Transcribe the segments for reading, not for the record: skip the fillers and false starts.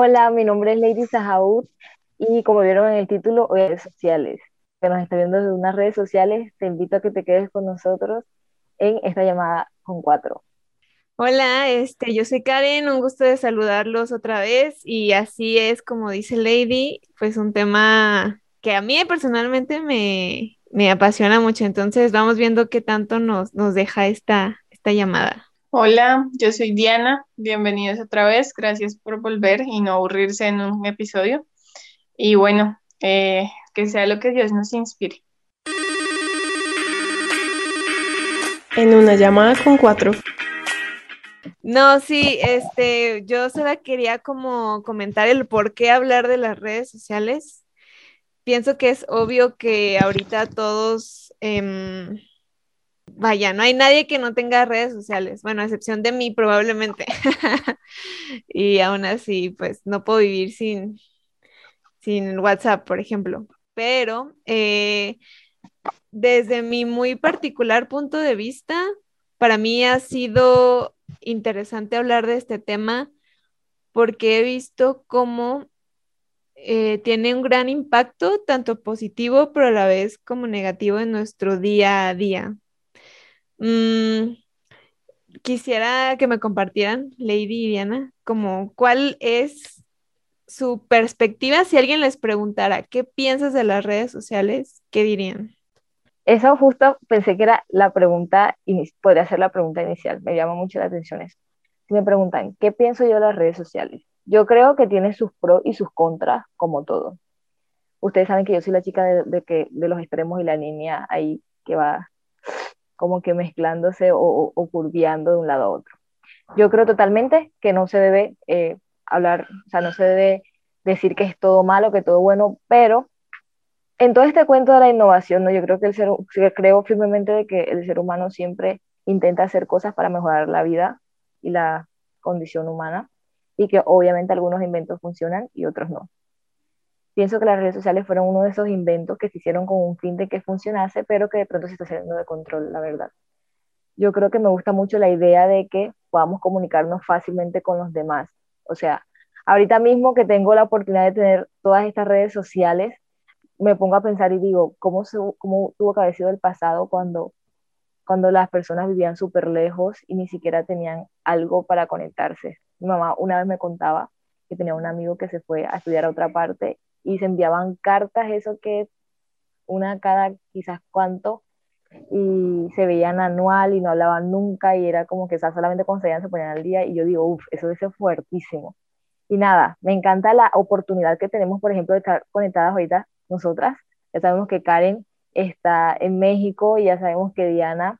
Hola, mi nombre es Lady Sahaud y como vieron en el título, hoy redes sociales. Que nos está viendo desde unas redes sociales, te invito a que te quedes con nosotros en esta llamada con cuatro. Hola, yo soy Karen, un gusto de saludarlos otra vez y así es como dice Lady, pues un tema que a mí personalmente me apasiona mucho, entonces vamos viendo qué tanto nos deja esta llamada. Hola, yo soy Diana, bienvenidos otra vez, gracias por volver y no aburrirse en un episodio. Y bueno, que sea lo que Dios nos inspire. En una llamada con cuatro. No, sí, yo solo quería como comentar el por qué hablar de las redes sociales. Pienso que es obvio que ahorita todos, vaya, no hay nadie que no tenga redes sociales, bueno, a excepción de mí probablemente. Y aún así, pues no puedo vivir sin WhatsApp, por ejemplo. Pero desde mi muy particular punto de vista, para mí ha sido interesante hablar de este tema porque he visto cómo tiene un gran impacto, tanto positivo, pero a la vez como negativo en nuestro día a día. Mm, Quisiera que me compartieran, Lady y Diana, como cuál es su perspectiva si alguien les preguntara qué piensas de las redes sociales, ¿qué dirían? Eso justo pensé que era la pregunta, podría ser la pregunta inicial, me llama mucho la atención eso. Si me preguntan, ¿qué pienso yo de las redes sociales? Yo creo que tiene sus pros y sus contras, como todo. Ustedes saben que yo soy la chica de los extremos y la línea ahí que va como que mezclándose o curviando de un lado a otro. Yo creo totalmente que no se debe hablar, o sea, no se debe decir que es todo malo, que todo bueno, pero en todo este cuento de la innovación, ¿no? Yo creo que creo firmemente de que el ser humano siempre intenta hacer cosas para mejorar la vida y la condición humana, y que obviamente algunos inventos funcionan y otros no. Pienso que las redes sociales fueron uno de esos inventos que se hicieron con un fin de que funcionase, pero que de pronto se está saliendo de control, la verdad. Yo creo que me gusta mucho la idea de que podamos comunicarnos fácilmente con los demás. O sea, ahorita mismo que tengo la oportunidad de tener todas estas redes sociales, me pongo a pensar y digo, cómo tuvo que haber sido el pasado cuando las personas vivían súper lejos y ni siquiera tenían algo para conectarse? Mi mamá una vez me contaba que tenía un amigo que se fue a estudiar a otra parte y se enviaban cartas, eso que una cada quizás cuánto, y se veían anual y no hablaban nunca y era como que solamente cuando se veían se ponían al día y yo digo, uff, eso debe ser fuertísimo. Y nada, me encanta la oportunidad que tenemos, por ejemplo, de estar conectadas ahorita nosotras. Ya sabemos que Karen está en México y ya sabemos que Diana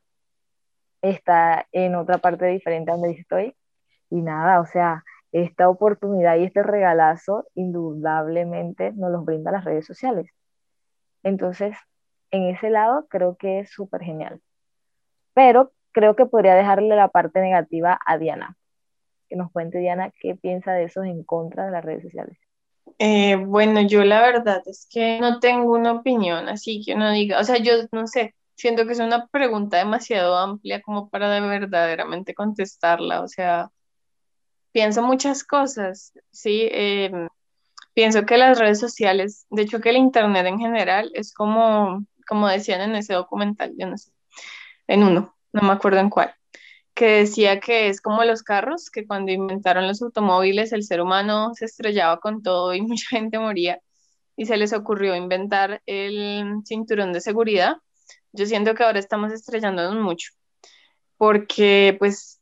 está en otra parte diferente a donde yo estoy. Y nada, o sea, esta oportunidad y este regalazo indudablemente nos los brinda las redes sociales. Entonces, en ese lado creo que es súper genial. Pero creo que podría dejarle la parte negativa a Diana. Que nos cuente Diana qué piensa de esos en contra de las redes sociales. Bueno, yo la verdad es que no tengo una opinión, así que uno diga, o sea, yo no sé, siento que es una pregunta demasiado amplia como para de verdaderamente contestarla, o sea, pienso muchas cosas, ¿sí? Pienso que las redes sociales, de hecho que el internet en general es como decían en ese documental, yo no sé, en uno, no me acuerdo en cuál, que decía que es como los carros, que cuando inventaron los automóviles el ser humano se estrellaba con todo y mucha gente moría y se les ocurrió inventar el cinturón de seguridad. Yo siento que ahora estamos estrellándonos mucho porque pues,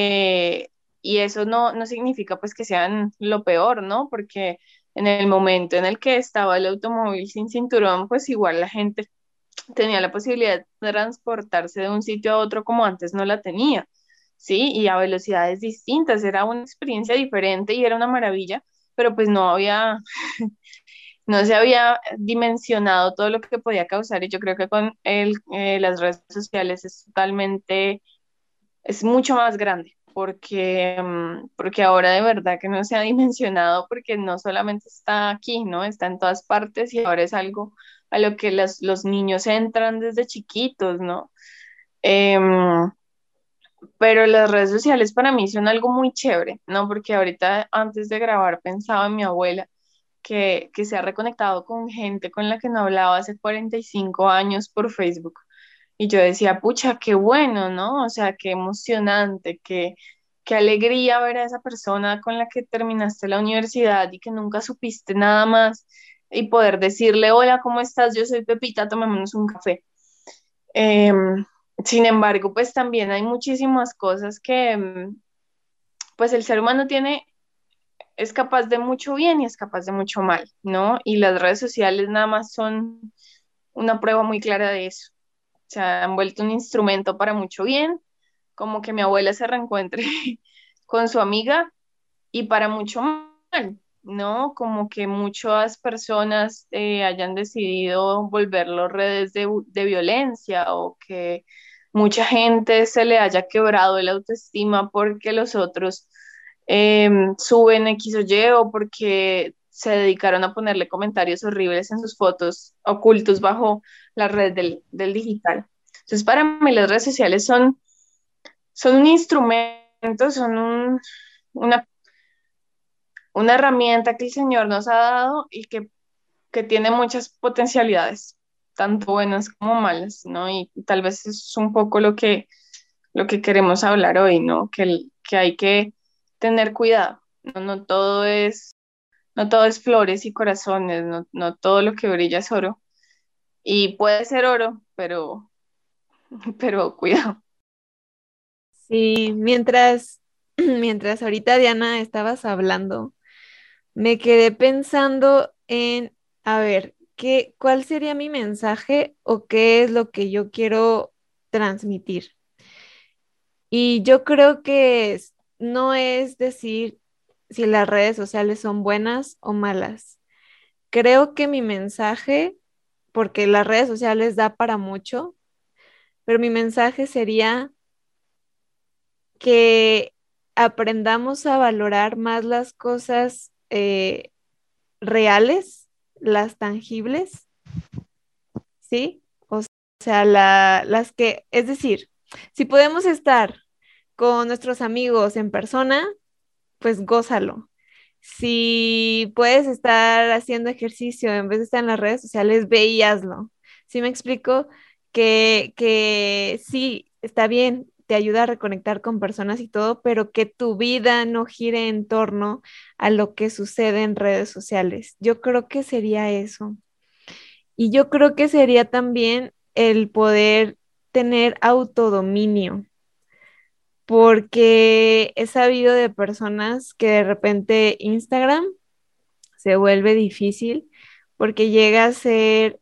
y eso no significa pues que sean lo peor, ¿no? Porque en el momento en el que estaba el automóvil sin cinturón, pues igual la gente tenía la posibilidad de transportarse de un sitio a otro como antes no la tenía, ¿sí? Y a velocidades distintas, era una experiencia diferente y era una maravilla, pero pues no se había dimensionado todo lo que podía causar y yo creo que con las redes sociales es mucho más grande. Porque ahora de verdad que no se ha dimensionado, porque no solamente está aquí, ¿no? Está en todas partes y ahora es algo a lo que los niños entran desde chiquitos, ¿no? Em, pero las redes sociales para mí son algo muy chévere, ¿no? Porque ahorita antes de grabar pensaba en mi abuela que se ha reconectado con gente con la que no hablaba hace 45 años por Facebook. Y yo decía, pucha, qué bueno, ¿no? O sea, qué emocionante, qué alegría ver a esa persona con la que terminaste la universidad y que nunca supiste nada más y poder decirle, hola, ¿cómo estás? Yo soy Pepita, tomémonos un café. Em, Sin embargo, pues también hay muchísimas cosas que, pues el ser humano tiene, es capaz de mucho bien y es capaz de mucho mal, ¿no? Y las redes sociales nada más son una prueba muy clara de eso. Se han vuelto un instrumento para mucho bien, como que mi abuela se reencuentre con su amiga, y para mucho mal, ¿no? Como que muchas personas hayan decidido volverlo redes de violencia, o que mucha gente se le haya quebrado el autoestima porque los otros suben X o Y, o porque se dedicaron a ponerle comentarios horribles en sus fotos ocultos bajo la red del digital. Entonces, para mí las redes sociales son un instrumento, una una herramienta que el Señor nos ha dado y que tiene muchas potencialidades, tanto buenas como malas, ¿no? Y tal vez es un poco lo que queremos hablar hoy, ¿no? Que hay que tener cuidado, ¿no? No todo es flores y corazones, no todo lo que brilla es oro. Y puede ser oro, pero cuidado. Sí, mientras ahorita Diana estabas hablando, me quedé pensando en, a ver, ¿cuál sería mi mensaje o qué es lo que yo quiero transmitir? Y yo creo que no es decir si las redes sociales son buenas o malas. Creo que mi mensaje, porque las redes sociales da para mucho, pero mi mensaje sería que aprendamos a valorar más las cosas reales, las tangibles, ¿sí? O sea, las que, es decir, si podemos estar con nuestros amigos en persona, pues gózalo. Si puedes estar haciendo ejercicio en vez de estar en las redes sociales, ve y hazlo. ¿Sí me explico? Que sí, está bien, te ayuda a reconectar con personas y todo, pero que tu vida no gire en torno a lo que sucede en redes sociales. Yo creo que sería eso. Y yo creo que sería también el poder tener autodominio, porque he sabido de personas que de repente Instagram se vuelve difícil porque llega a ser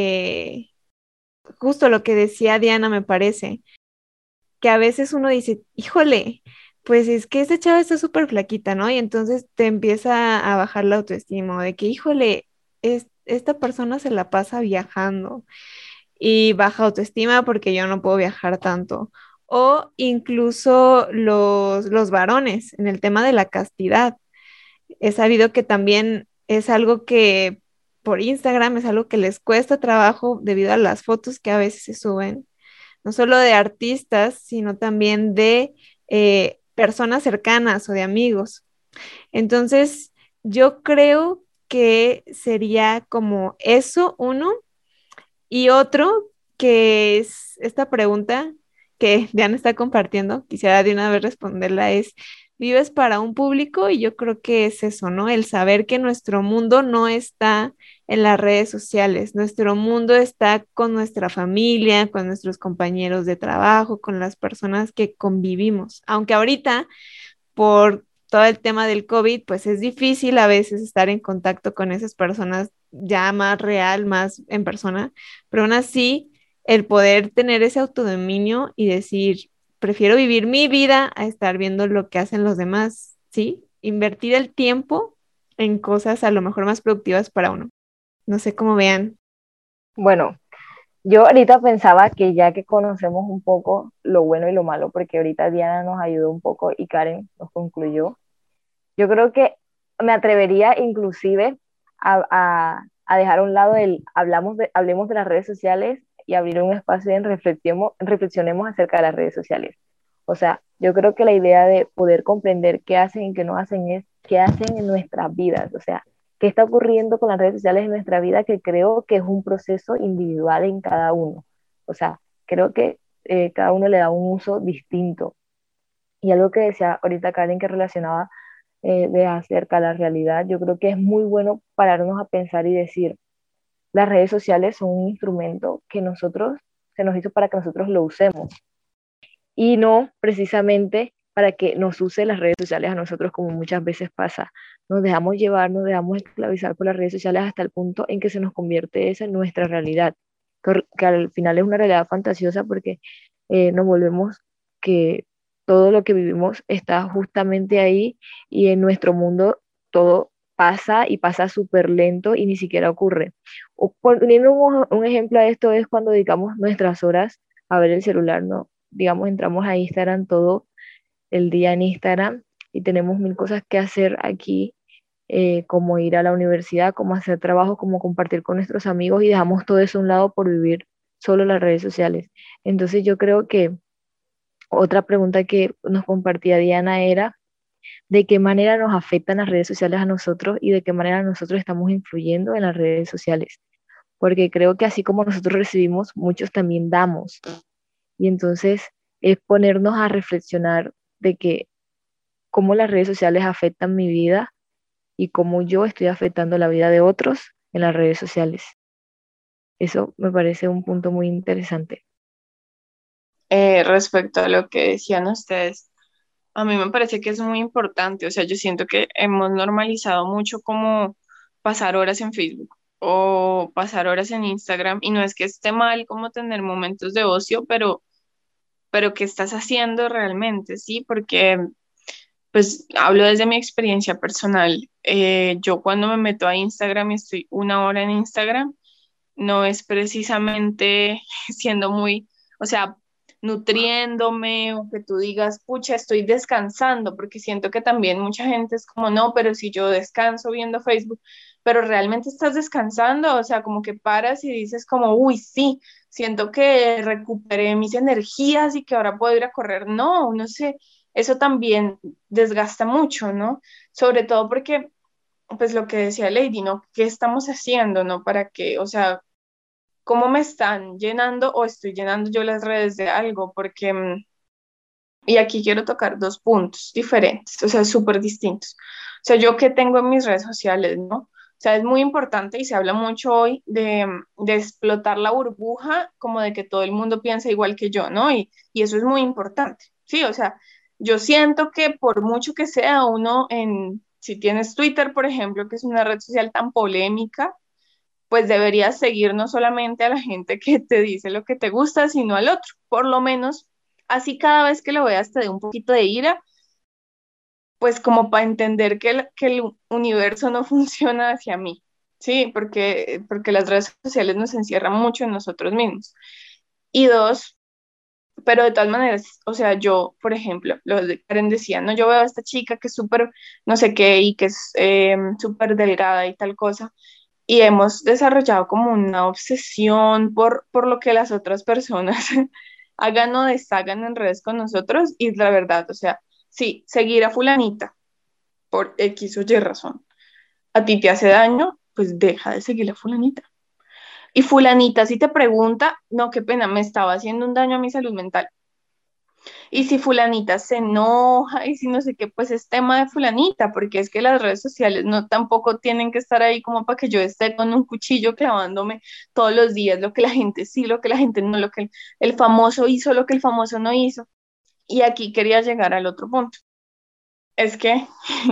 justo lo que decía Diana, me parece, que a veces uno dice, híjole, pues es que esta chava está súper flaquita, ¿no? Y entonces te empieza a bajar la autoestima, de que, híjole, esta persona se la pasa viajando y baja autoestima porque yo no puedo viajar tanto. O incluso los varones en el tema de la castidad. He sabido que también es algo que por Instagram es algo que les cuesta trabajo debido a las fotos que a veces se suben, no solo de artistas, sino también de personas cercanas o de amigos. Entonces, yo creo que sería como eso, uno, y otro que es esta pregunta que Diana está compartiendo, quisiera de una vez responderla, es, ¿vives para un público? Y yo creo que es eso, ¿no? El saber que nuestro mundo no está en las redes sociales, nuestro mundo está con nuestra familia, con nuestros compañeros de trabajo, con las personas que convivimos. Aunque ahorita por todo el tema del COVID, pues es difícil a veces estar en contacto con esas personas ya más real, más en persona, pero aún así el poder tener ese autodominio y decir, prefiero vivir mi vida a estar viendo lo que hacen los demás, ¿sí? Invertir el tiempo en cosas a lo mejor más productivas para uno. No sé cómo vean. Bueno, yo ahorita pensaba que ya que conocemos un poco lo bueno y lo malo, porque ahorita Diana nos ayudó un poco y Karen nos concluyó, yo creo que me atrevería inclusive a dejar a un lado hablemos de las redes sociales y abrir un espacio en reflexionemos acerca de las redes sociales. O sea, yo creo que la idea de poder comprender qué hacen y qué no hacen es qué hacen en nuestras vidas, o sea, qué está ocurriendo con las redes sociales en nuestra vida, que creo que es un proceso individual en cada uno. O sea, creo que cada uno le da un uso distinto. Y algo que decía ahorita Karen que relacionaba de acerca de la realidad, yo creo que es muy bueno pararnos a pensar y decir, las redes sociales son un instrumento que nosotros, se nos hizo para que nosotros lo usemos y no precisamente para que nos use las redes sociales a nosotros como muchas veces pasa. Nos dejamos llevar, nos dejamos esclavizar por las redes sociales hasta el punto en que se nos convierte esa en nuestra realidad, que al final es una realidad fantasiosa porque nos volvemos que todo lo que vivimos está justamente ahí y en nuestro mundo todo pasa y pasa súper lento y ni siquiera ocurre. O poniendo un ejemplo a esto es cuando dedicamos nuestras horas a ver el celular, ¿no? Digamos, entramos a Instagram todo el día en Instagram y tenemos mil cosas que hacer aquí, como ir a la universidad, como hacer trabajo, como compartir con nuestros amigos y dejamos todo eso a un lado por vivir solo las redes sociales. Entonces yo creo que otra pregunta que nos compartía Diana era de qué manera nos afectan las redes sociales a nosotros y de qué manera nosotros estamos influyendo en las redes sociales. Porque creo que así como nosotros recibimos, muchos también damos. Y entonces es ponernos a reflexionar de que cómo las redes sociales afectan mi vida y cómo yo estoy afectando la vida de otros en las redes sociales. Eso me parece un punto muy interesante. Respecto a lo que decían ustedes, a mí me parece que es muy importante, o sea, yo siento que hemos normalizado mucho como pasar horas en Facebook o pasar horas en Instagram y no es que esté mal como tener momentos de ocio, pero ¿qué estás haciendo realmente? Sí, porque pues hablo desde mi experiencia personal. Yo cuando me meto a Instagram y estoy una hora en Instagram, no es precisamente siendo muy, o sea, nutriéndome o que tú digas, pucha, estoy descansando, porque siento que también mucha gente es como, no, pero si yo descanso viendo Facebook, pero realmente estás descansando, o sea, como que paras y dices como, uy, sí, siento que recuperé mis energías y que ahora puedo ir a correr. No, no sé, eso también desgasta mucho, ¿no? Sobre todo porque pues lo que decía Lady, ¿no? ¿Qué estamos haciendo, no? Para que, o sea, ¿cómo me están llenando o estoy llenando yo las redes de algo? Porque, y aquí quiero tocar dos puntos diferentes, o sea, súper distintos. O sea, yo qué tengo en mis redes sociales, ¿no? O sea, es muy importante y se habla mucho hoy de explotar la burbuja, como de que todo el mundo piensa igual que yo, ¿no? Y eso es muy importante, ¿sí? O sea, yo siento que por mucho que sea uno si tienes Twitter, por ejemplo, que es una red social tan polémica, pues deberías seguir no solamente a la gente que te dice lo que te gusta, sino al otro. Por lo menos, así cada vez que lo veas te dé un poquito de ira, pues como para entender que el universo no funciona hacia mí, ¿sí? Porque las redes sociales nos encierran mucho en nosotros mismos. Y dos, pero de todas maneras, o sea, yo, por ejemplo, lo de Karen decía, no, yo veo a esta chica que es súper, no sé qué, y que es súper delgada y tal cosa, y hemos desarrollado como una obsesión por lo que las otras personas hagan o deshagan en redes con nosotros y la verdad, o sea, sí, seguir a fulanita por X o Y razón, a ti te hace daño, pues deja de seguir a fulanita. Y fulanita si te pregunta, no, qué pena, me estaba haciendo un daño a mi salud mental. Y si fulanita se enoja y si no sé qué, pues es tema de fulanita, porque es que las redes sociales no tampoco tienen que estar ahí como para que yo esté con un cuchillo clavándome todos los días lo que la gente sí, lo que la gente no, lo que el famoso hizo, lo que el famoso no hizo. Y aquí quería llegar al otro punto. Es que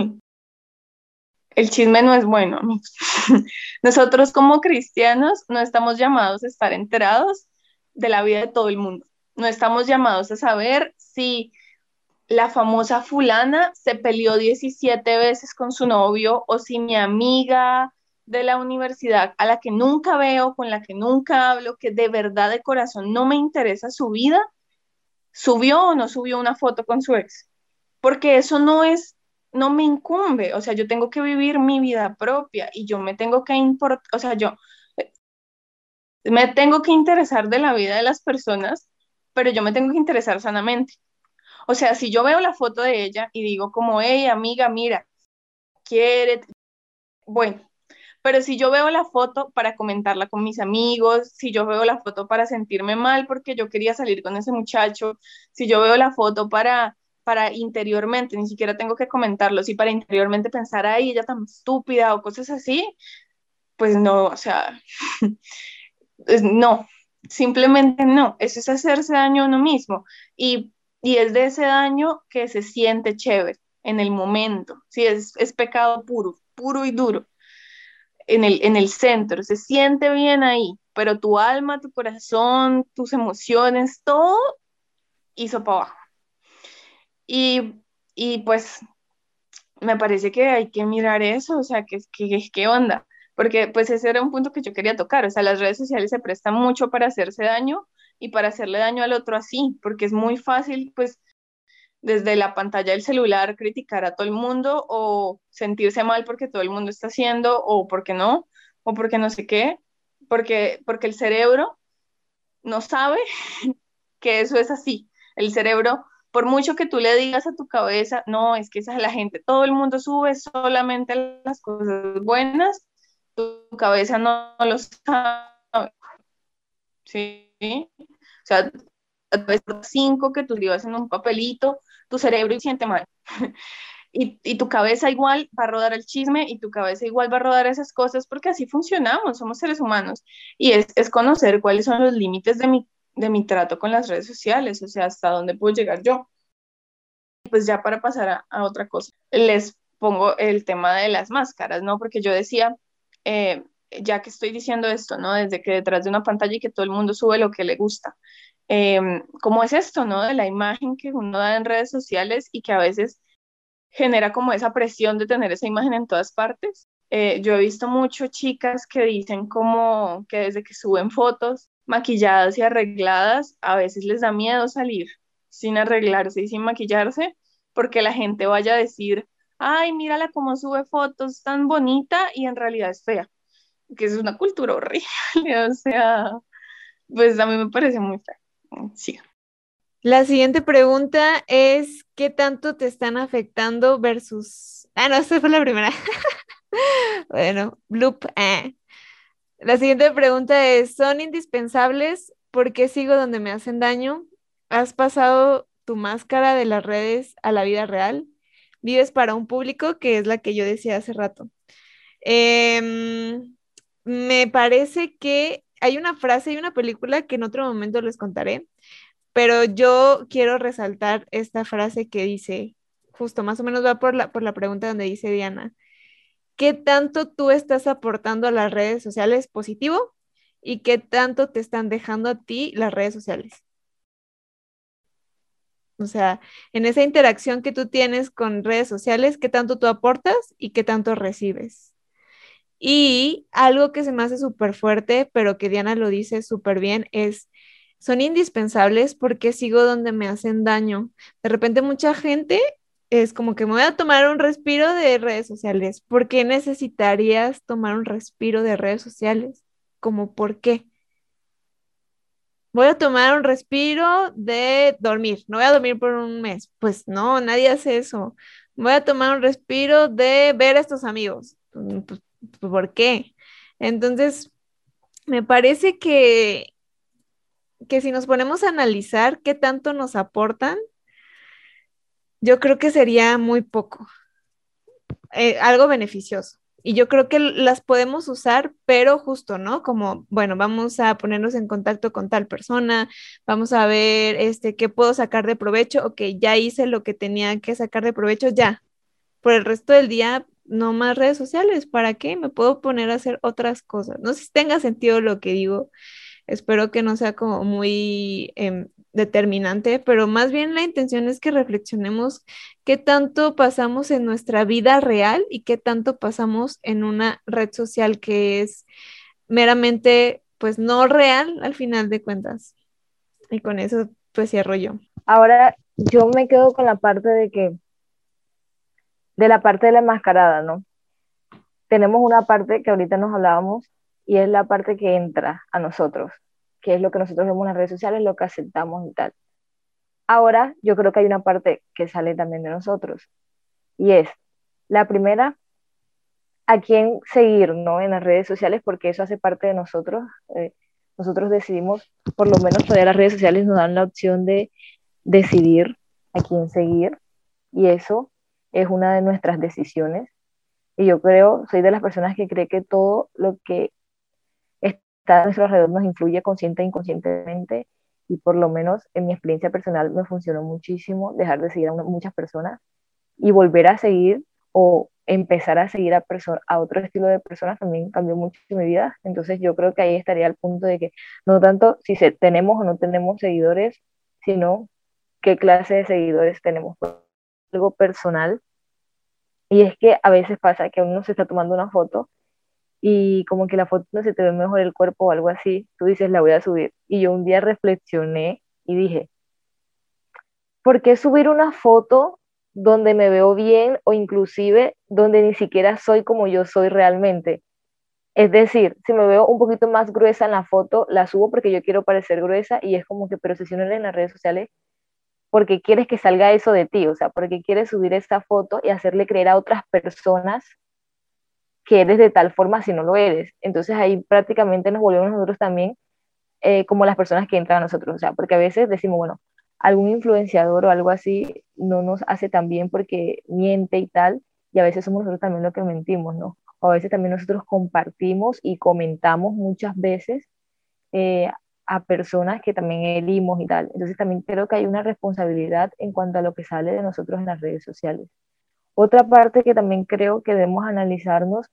el chisme no es bueno, amigos. Nosotros como cristianos no estamos llamados a estar enterados de la vida de todo el mundo. No estamos llamados a saber si la famosa fulana se peleó 17 veces con su novio o si mi amiga de la universidad a la que nunca veo, con la que nunca hablo, que de verdad de corazón no me interesa su vida, subió o no subió una foto con su ex. Porque eso no me incumbe, o sea, yo tengo que vivir mi vida propia y yo me tengo que importar, o sea, yo me tengo que interesar de la vida de las personas, pero yo me tengo que interesar sanamente. O sea, si yo veo la foto de ella y digo como, hey, amiga, mira, quiere, bueno, pero si yo veo la foto para comentarla con mis amigos, si yo veo la foto para sentirme mal porque yo quería salir con ese muchacho, si yo veo la foto para interiormente, ni siquiera tengo que comentarlo, si para interiormente pensar, ay, ella tan estúpida o cosas así, pues no, o sea, no, simplemente no, eso es hacerse daño a uno mismo y, y es de ese daño que se siente chévere en el momento, sí, es pecado puro, puro y duro en el centro, se siente bien ahí, pero tu alma, tu corazón, tus emociones, todo hizo para abajo. Y, y pues me parece que hay que mirar eso, o sea, ¿qué onda? Porque pues ese era un punto que yo quería tocar, o sea, las redes sociales se prestan mucho para hacerse daño y para hacerle daño al otro así, porque es muy fácil pues desde la pantalla del celular criticar a todo el mundo o sentirse mal porque todo el mundo está haciendo o porque no, o porque no sé qué, porque el cerebro no sabe que eso es así. El cerebro, por mucho que tú le digas a tu cabeza, no, es que esa es la gente, todo el mundo sube solamente las cosas buenas, tu cabeza no lo sabe, ¿sí? O sea, a través de 5 que tú escribas en un papelito, tu cerebro siente mal. Y tu cabeza igual va a rodar el chisme y tu cabeza igual va a rodar esas cosas porque así funcionamos, somos seres humanos. Y es conocer cuáles son los límites de mi trato con las redes sociales, o sea, hasta dónde puedo llegar yo. Y pues ya para pasar a otra cosa, les pongo el tema de las máscaras, ¿no? Porque yo decía, ya que estoy diciendo esto, ¿no? Desde que detrás de una pantalla y que todo el mundo sube lo que le gusta. ¿Cómo es esto, no? De la imagen que uno da en redes sociales y que a veces genera como esa presión de tener esa imagen en todas partes. Yo he visto mucho chicas que dicen como que desde que suben fotos maquilladas y arregladas, a veces les da miedo salir sin arreglarse y sin maquillarse, porque la gente vaya a decir, ay, mírala cómo sube fotos tan bonita y en realidad es fea, que es una cultura horrible, o sea, pues a mí me parece muy fea. Sí. La siguiente pregunta es, ¿qué tanto te están afectando versus... Ah, no, esa fue la primera. Bueno, bloop. La siguiente pregunta es, ¿son indispensables? ¿Por qué sigo donde me hacen daño? ¿Has pasado tu máscara de las redes a la vida real? ¿Vives para un público? Que es la que yo decía hace rato. Em, Me parece que hay una frase y una película que en otro momento les contaré, pero yo quiero resaltar esta frase que dice, justo más o menos va por la pregunta donde dice Diana, ¿qué tanto tú estás aportando a las redes sociales positivo y qué tanto te están dejando a ti las redes sociales? O sea, en esa interacción que tú tienes con redes sociales, ¿qué tanto tú aportas y qué tanto recibes? Y algo que se me hace súper fuerte, pero que Diana lo dice súper bien, es, son indispensables porque sigo donde me hacen daño. De repente mucha gente es como que me voy a tomar un respiro de redes sociales. ¿Por qué necesitarías tomar un respiro de redes sociales? ¿Cómo por qué? Voy a tomar un respiro de dormir. No voy a dormir por un mes. Pues no, nadie hace eso. Voy a tomar un respiro de ver a estos amigos. Pues, ¿por qué? Entonces, me parece que si nos ponemos a analizar qué tanto nos aportan, yo creo que sería muy poco, algo beneficioso. Y yo creo que las podemos usar, pero justo, ¿no? Como, bueno, vamos a ponernos en contacto con tal persona, vamos a ver qué puedo sacar de provecho, ok, ya hice lo que tenía que sacar de provecho, ya. Por el resto del día, no más redes sociales, ¿para qué? Me puedo poner a hacer otras cosas. No sé si tenga sentido lo que digo. Espero que no sea como muy determinante, pero más bien la intención es que reflexionemos qué tanto pasamos en nuestra vida real y qué tanto pasamos en una red social que es meramente, pues no real al final de cuentas. Y con eso, pues cierro yo. Ahora yo me quedo con la parte de la parte de la enmascarada, ¿no? Tenemos una parte que ahorita nos hablábamos y es la parte que entra a nosotros, que es lo que nosotros vemos en las redes sociales, lo que aceptamos y tal. Ahora yo creo que hay una parte que sale también de nosotros y es la primera, a quién seguir, ¿no? En las redes sociales, porque eso hace parte de nosotros. Nosotros decidimos, por lo menos todavía las redes sociales nos dan la opción de decidir a quién seguir y eso es una de nuestras decisiones. Y yo creo, soy de las personas que cree que todo lo que está a nuestro alrededor nos influye consciente e inconscientemente y por lo menos en mi experiencia personal me funcionó muchísimo dejar de seguir a muchas personas y volver a seguir o empezar a seguir a otro estilo de personas también cambió mucho mi vida. Entonces yo creo que ahí estaría el punto de que no tanto si tenemos o no tenemos seguidores, sino qué clase de seguidores tenemos. Algo personal. Y es que a veces pasa que uno se está tomando una foto y como que la foto no se te ve mejor el cuerpo o algo así, tú dices, la voy a subir. Y yo un día reflexioné y dije, ¿por qué subir una foto donde me veo bien o inclusive donde ni siquiera soy como yo soy realmente? Es decir, si me veo un poquito más gruesa en la foto, la subo porque yo quiero parecer gruesa y es como que, pero si uno en las redes sociales, porque quieres que salga eso de ti, o sea, porque quieres subir esa foto y hacerle creer a otras personas que eres de tal forma si no lo eres. Entonces ahí prácticamente nos volvemos nosotros también como las personas que entran a nosotros, o sea, porque a veces decimos, bueno, algún influenciador o algo así no nos hace tan bien porque miente y tal, y a veces somos nosotros también los que mentimos, ¿no? O a veces también nosotros compartimos y comentamos muchas veces eh, a personas que también herimos y tal. Entonces también creo que hay una responsabilidad en cuanto a lo que sale de nosotros en las redes sociales. Otra parte que también creo que debemos analizarnos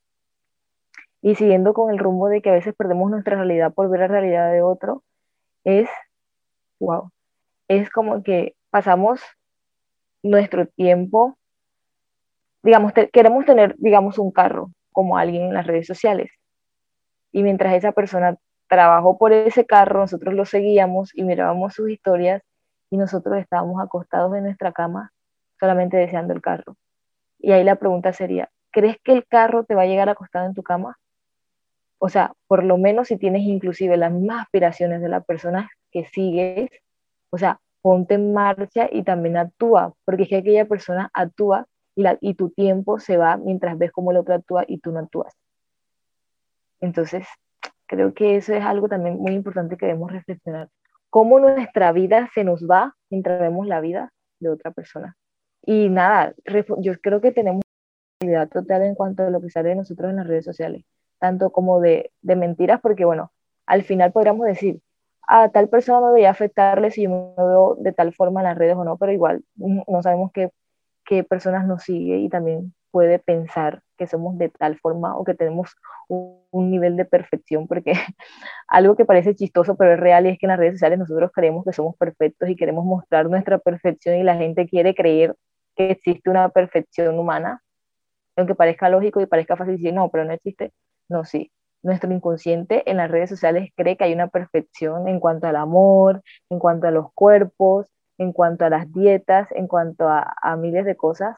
y siguiendo con el rumbo de que a veces perdemos nuestra realidad por ver la realidad de otro, es, wow, es como que pasamos nuestro tiempo, digamos, queremos tener, digamos, un carro como alguien en las redes sociales. Y mientras esa persona trabajó por ese carro, nosotros lo seguíamos y mirábamos sus historias y nosotros estábamos acostados en nuestra cama solamente deseando el carro. Y ahí la pregunta sería, ¿crees que el carro te va a llegar acostado en tu cama? O sea, por lo menos si tienes inclusive las mismas aspiraciones de la persona que sigues, o sea, ponte en marcha y también actúa, porque es que aquella persona actúa y tu tiempo se va mientras ves cómo el otro actúa y tú no actúas. Entonces, creo que eso es algo también muy importante que debemos reflexionar. Cómo nuestra vida se nos va mientras vemos la vida de otra persona. Y nada, yo creo que tenemos realidad total en cuanto a lo que sale de nosotros en las redes sociales, tanto como de mentiras, porque bueno, al final podríamos decir, a tal persona no debería afectarle si yo me veo de tal forma en las redes o no, pero igual no sabemos qué personas nos sigue y también puede pensar que somos de tal forma o que tenemos un nivel de perfección, porque algo que parece chistoso pero es real y es que en las redes sociales nosotros creemos que somos perfectos y queremos mostrar nuestra perfección y la gente quiere creer que existe una perfección humana aunque parezca lógico y parezca fácil decir, no, pero no existe, no, sí. Nuestro inconsciente en las redes sociales cree que hay una perfección en cuanto al amor, en cuanto a los cuerpos, en cuanto a las dietas, en cuanto a miles de cosas.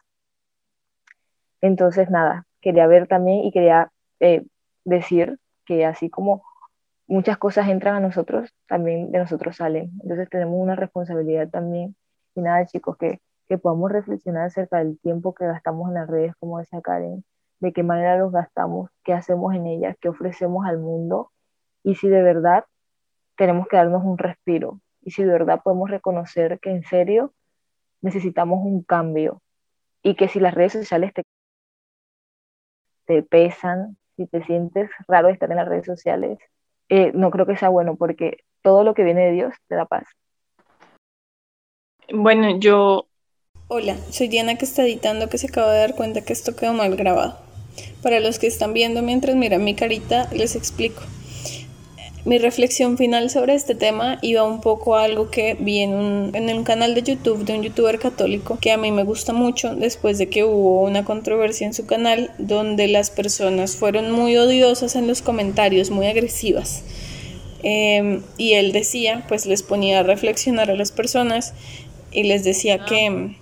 Entonces, nada, quería ver también y quería decir que así como muchas cosas entran a nosotros, también de nosotros salen. Entonces tenemos una responsabilidad también. Y nada, chicos, que podamos reflexionar acerca del tiempo que gastamos en las redes, como decía Karen, de qué manera los gastamos, qué hacemos en ellas, qué ofrecemos al mundo y si de verdad tenemos que darnos un respiro y si de verdad podemos reconocer que en serio necesitamos un cambio y que si las redes sociales te pesan, si te sientes raro de estar en las redes sociales, no creo que sea bueno porque todo lo que viene de Dios te da paz. Bueno, yo Hola, soy Diana que está editando que se acaba de dar cuenta que esto quedó mal grabado. Para los que están viendo mientras miran mi carita, les explico. Mi reflexión final sobre este tema iba un poco a algo que vi en un canal de YouTube de un youtuber católico que a mí me gusta mucho después de que hubo una controversia en su canal donde las personas fueron muy odiosas en los comentarios, muy agresivas. Y él decía, pues les ponía a reflexionar a las personas y les decía que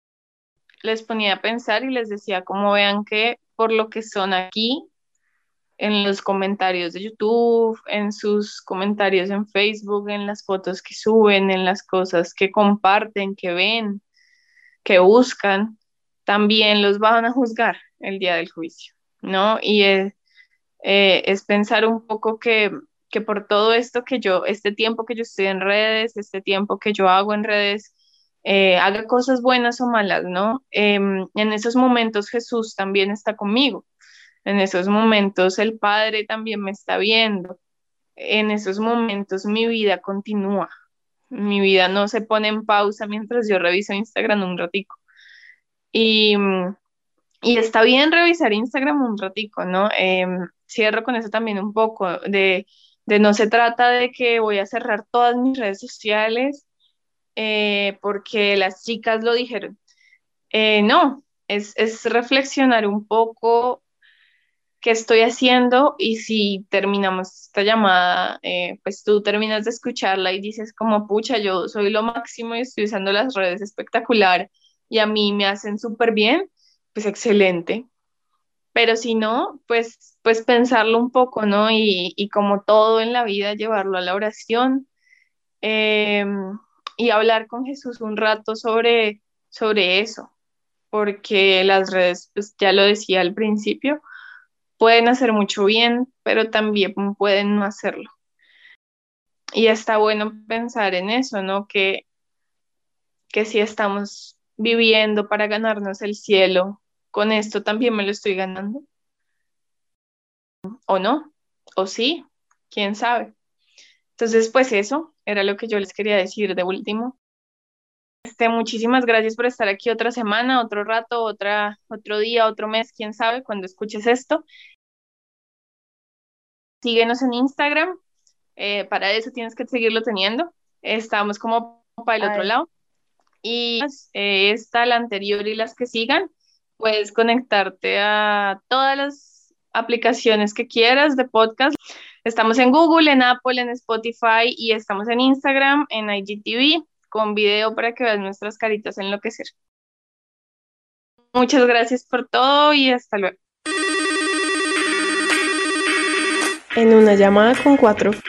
les ponía a pensar y les decía, como vean que por lo que son aquí, en los comentarios de YouTube, en sus comentarios en Facebook, en las fotos que suben, en las cosas que comparten, que ven, que buscan, también los van a juzgar el día del juicio, ¿no? Y es pensar un poco que por todo esto que yo, este tiempo que yo estoy en redes, este tiempo que yo hago en redes, haga cosas buenas o malas, ¿no? En esos momentos Jesús también está conmigo, en esos momentos el Padre también me está viendo, en esos momentos mi vida continúa, mi vida no se pone en pausa mientras yo reviso Instagram un ratico. Y, y está bien revisar Instagram un ratico, ¿no? Cierro con eso también un poco, de no se trata de que voy a cerrar todas mis redes sociales porque las chicas lo dijeron. No, es reflexionar un poco qué estoy haciendo y si terminamos esta llamada, pues tú terminas de escucharla y dices como, pucha, yo soy lo máximo y estoy usando las redes espectacular y a mí me hacen súper bien, pues excelente. Pero si no, pues pensarlo un poco, ¿no? Y como todo en la vida, llevarlo a la oración eh, y hablar con Jesús un rato sobre eso, porque las redes, pues ya lo decía al principio, pueden hacer mucho bien, pero también pueden no hacerlo. Y está bueno pensar en eso, ¿no? Que si estamos viviendo para ganarnos el cielo, con esto también me lo estoy ganando, o no, o sí, quién sabe. Entonces, pues eso era lo que yo les quería decir de último. Muchísimas gracias por estar aquí otra semana, otro rato, otro día, otro mes, quién sabe, cuando escuches esto. Síguenos en Instagram, para eso tienes que seguirlo teniendo. Estamos como para el otro Ay, lado. Y esta, la anterior y las que sigan, puedes conectarte a todas las aplicaciones que quieras de podcast. Estamos en Google, en Apple, en Spotify y estamos en Instagram, en IGTV, con video para que veas nuestras caritas enloquecer. Muchas gracias por todo y hasta luego. En una llamada con 4.